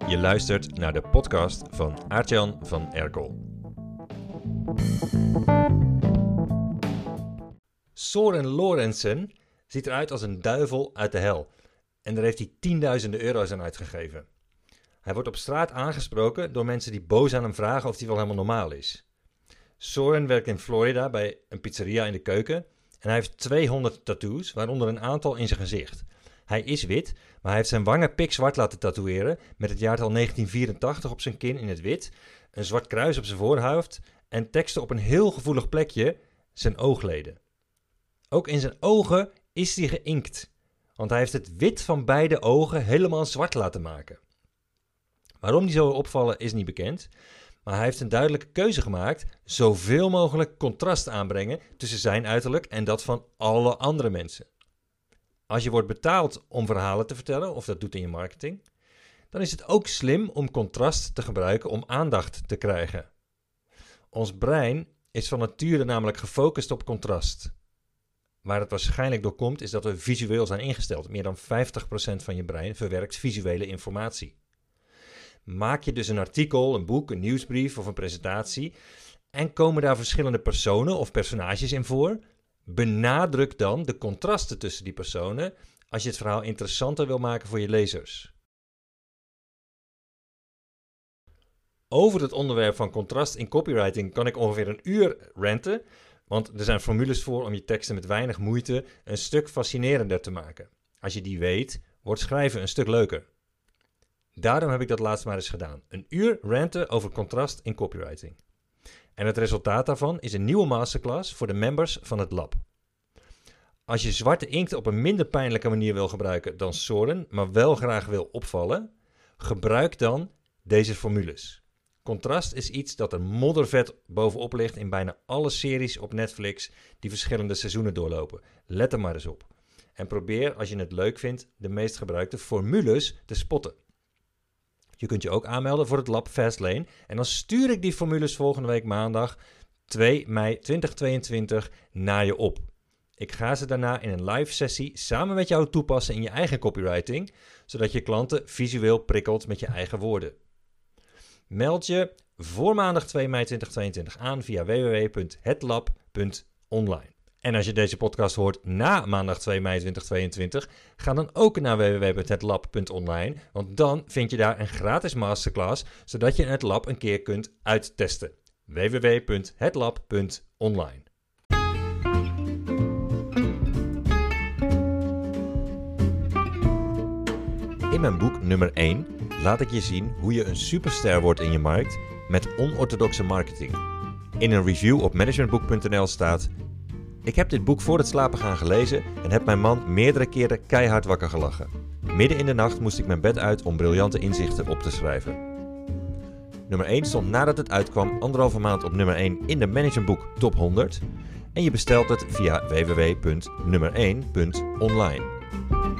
Je luistert naar de podcast van Aart-Jan van Erkel. Søren Lorentzen ziet eruit als een duivel uit de hel. En daar heeft hij tienduizenden euro's aan uitgegeven. Hij wordt op straat aangesproken door mensen die boos aan hem vragen of hij wel helemaal normaal is. Søren werkt in Florida bij een pizzeria in de keuken en hij heeft 200 tattoos, waaronder een aantal in zijn gezicht. Hij is wit, maar hij heeft zijn wangen pikzwart laten tatoeëren met het jaartal 1984 op zijn kin in het wit, een zwart kruis op zijn voorhoofd en teksten op een heel gevoelig plekje, zijn oogleden. Ook in zijn ogen is hij geïnkt, want hij heeft het wit van beide ogen helemaal zwart laten maken. Waarom die zo opvallen is niet bekend, maar hij heeft een duidelijke keuze gemaakt: zoveel mogelijk contrast aanbrengen tussen zijn uiterlijk en dat van alle andere mensen. Als je wordt betaald om verhalen te vertellen, of dat doet in je marketing, dan is het ook slim om contrast te gebruiken om aandacht te krijgen. Ons brein is van nature namelijk gefocust op contrast. Waar het waarschijnlijk door komt is dat we visueel zijn ingesteld. Meer dan 50% van je brein verwerkt visuele informatie. Maak je dus een artikel, een boek, een nieuwsbrief of een presentatie en komen daar verschillende personen of personages in voor, benadruk dan de contrasten tussen die personen als je het verhaal interessanter wil maken voor je lezers. Over het onderwerp van contrast in copywriting kan ik ongeveer een uur ranten, want er zijn formules voor om je teksten met weinig moeite een stuk fascinerender te maken. Als je die weet, wordt schrijven een stuk leuker. Daarom heb ik dat laatst maar eens gedaan. Een uur ranten over contrast in copywriting. En het resultaat daarvan is een nieuwe masterclass voor de members van het lab. Als je zwarte inkt op een minder pijnlijke manier wil gebruiken dan Søren, maar wel graag wil opvallen, gebruik dan deze formules. Contrast is iets dat er moddervet bovenop ligt in bijna alle series op Netflix die verschillende seizoenen doorlopen. Let er maar eens op. En probeer, als je het leuk vindt, de meest gebruikte formules te spotten. Je kunt je ook aanmelden voor het Lab Fastlane en dan stuur ik die formules volgende week maandag 2 mei 2022 naar je op. Ik ga ze daarna in een live sessie samen met jou toepassen in je eigen copywriting, zodat je klanten visueel prikkelt met je eigen woorden. Meld je voor maandag 2 mei 2022 aan via www.hetlab.online. En als je deze podcast hoort na maandag 2 mei 2022, ga dan ook naar www.hetlab.online, want dan vind je daar een gratis masterclass, zodat je het lab een keer kunt uittesten. www.hetlab.online. In mijn boek nummer 1 laat ik je zien hoe je een superster wordt in je markt met onorthodoxe marketing. In een review op managementboek.nl staat: ik heb dit boek voor het slapen gaan gelezen en heb mijn man meerdere keren keihard wakker gelachen. Midden in de nacht moest ik mijn bed uit om briljante inzichten op te schrijven. Nummer 1 stond nadat het uitkwam 1,5 maand op nummer 1 in de Managementboek Top 100 en je bestelt het via www.nummer1.online.